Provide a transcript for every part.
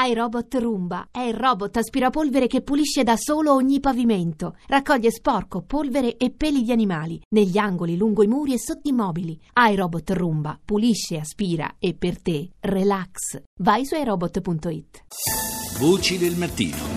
iRobot Roomba è il robot aspirapolvere che pulisce da solo ogni pavimento. Raccoglie sporco, polvere e peli di animali negli angoli, lungo i muri e sotto i mobili. iRobot Roomba pulisce, aspira e per te relax. Vai su iRobot.it. Voci del mattino.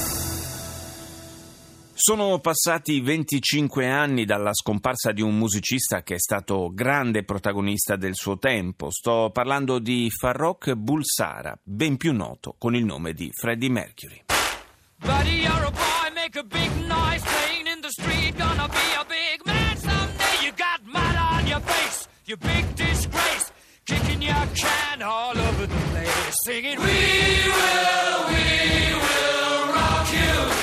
Sono passati 25 anni dalla scomparsa di un musicista che è stato grande protagonista del suo tempo. Sto parlando di Farrokh Bulsara, ben più noto con il nome di Freddie Mercury. Buddy, you're a boy, make a big noise, playing in the street, gonna be a big man someday. You got mud on your face, you big disgrace, kicking your can all over the place, singing, we will rock you.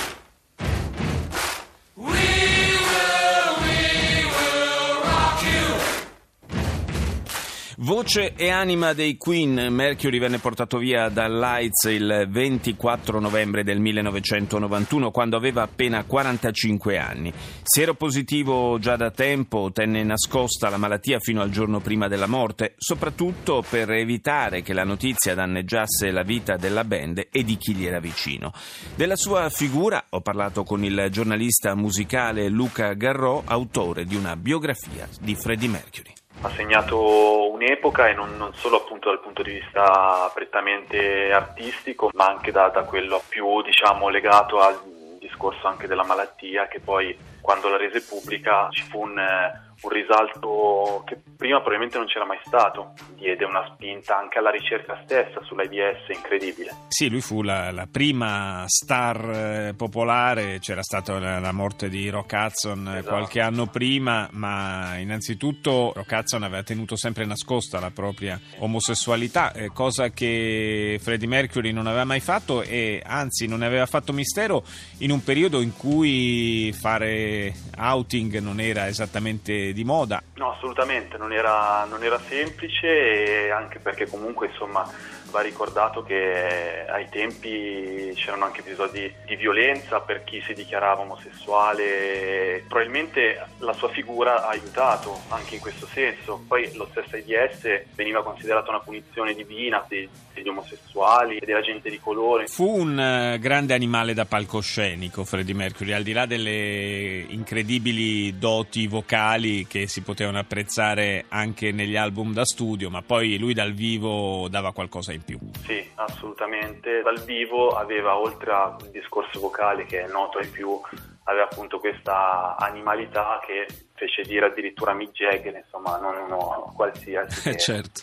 Voce e anima dei Queen, Mercury venne portato via dall'AIDS il 24 novembre del 1991, quando aveva appena 45 anni. Sieropositivo già da tempo, tenne nascosta la malattia fino al giorno prima della morte, soprattutto per evitare che la notizia danneggiasse la vita della band e di chi gli era vicino. Della sua figura ho parlato con il giornalista musicale Luca Garrò, autore di una biografia di Freddie Mercury. Ha segnato un'epoca, e non solo appunto dal punto di vista prettamente artistico, ma anche da quello più legato al discorso anche della malattia, che poi quando la rese pubblica ci fu un risalto che prima probabilmente non c'era mai stato, diede una spinta anche alla ricerca stessa sull'AIDS incredibile. Sì, lui fu la prima star popolare. C'era stata la morte di Rock Hudson, esatto, qualche anno prima, ma innanzitutto Rock Hudson aveva tenuto sempre nascosta la propria omosessualità, cosa che Freddie Mercury non aveva mai fatto, e anzi non ne aveva fatto mistero in un periodo in cui fare outing non era esattamente di moda. No, assolutamente, non era semplice, e anche perché comunque va ricordato che ai tempi c'erano anche episodi di violenza per chi si dichiarava omosessuale. Probabilmente la sua figura ha aiutato anche in questo senso. Poi lo stesso AIDS veniva considerato una punizione divina degli omosessuali e della gente di colore. Fu un grande animale da palcoscenico Freddie Mercury, al di là delle incredibili doti vocali che si potevano apprezzare anche negli album da studio, ma poi lui dal vivo dava qualcosa in più. Sì, assolutamente. Dal vivo aveva, oltre al discorso vocale che è noto ai più, aveva appunto questa animalità che fece dire addirittura a Mick Jagger, non uno qualsiasi, che, certo.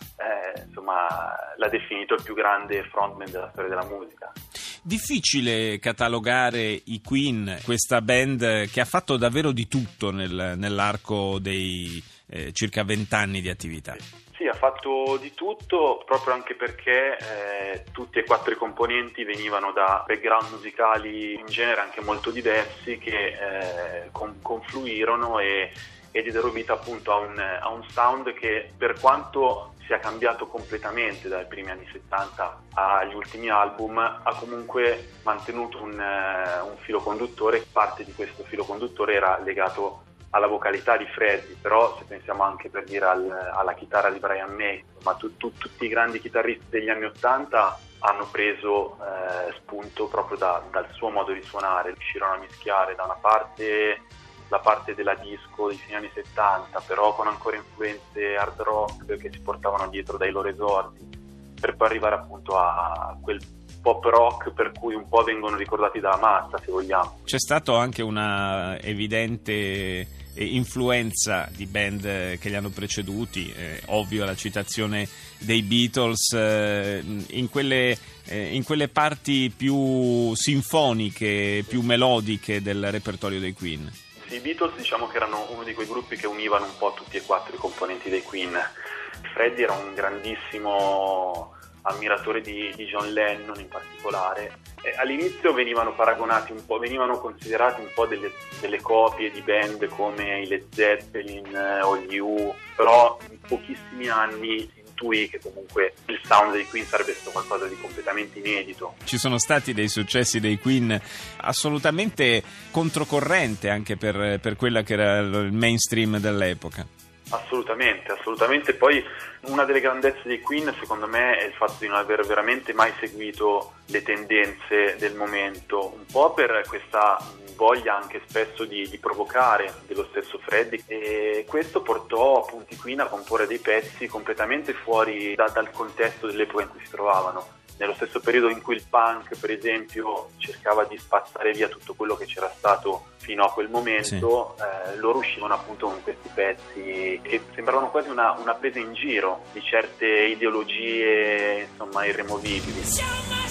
L'ha definito il più grande frontman della storia della musica. Difficile catalogare i Queen, questa band che ha fatto davvero di tutto nell'arco dei circa 20 anni di attività. Sì, ha fatto di tutto, proprio anche perché tutti e 4 i componenti venivano da background musicali in genere anche molto diversi, che confluirono e diedero vita appunto a un sound che, per quanto sia cambiato completamente dai primi anni 70 agli ultimi album, ha comunque mantenuto un filo conduttore. Parte di questo filo conduttore era legato alla vocalità di Freddie, però se pensiamo anche, per dire, alla chitarra di Brian May, ma tutti i grandi chitarristi degli anni 80 hanno preso spunto proprio dal suo modo di suonare. Riuscirono a mischiare da una parte la parte della disco dei fine anni 70, però con ancora influenze hard rock che si portavano dietro dai loro esordi, per poi arrivare appunto a quel pop rock per cui un po' vengono ricordati dalla massa, se vogliamo. C'è stato anche una evidente influenza di band che li hanno preceduti, ovvio la citazione dei Beatles, in quelle parti più sinfoniche, più melodiche del repertorio dei Queen. Sì, i Beatles che erano uno di quei gruppi che univano un po' tutti e 4 i componenti dei Queen. Freddie era un grandissimo ammiratore di John Lennon in particolare. All'inizio venivano considerati un po' delle copie di band come i Led Zeppelin o gli U, però in pochissimi anni intuì che comunque il sound dei Queen sarebbe stato qualcosa di completamente inedito. Ci sono stati dei successi dei Queen assolutamente controcorrente anche per quella che era il mainstream dell'epoca. Assolutamente. Poi una delle grandezze dei Queen, secondo me, è il fatto di non aver veramente mai seguito le tendenze del momento, un po' per questa voglia anche spesso di provocare dello stesso Freddie, e questo portò appunto i Queen a comporre dei pezzi completamente fuori dal contesto dell'epoca in cui si trovavano. Nello stesso periodo in cui il punk, per esempio, cercava di spazzare via tutto quello che c'era stato fino a quel momento, loro uscivano appunto con questi pezzi che sembravano quasi una presa in giro di certe ideologie, insomma, irremovibili.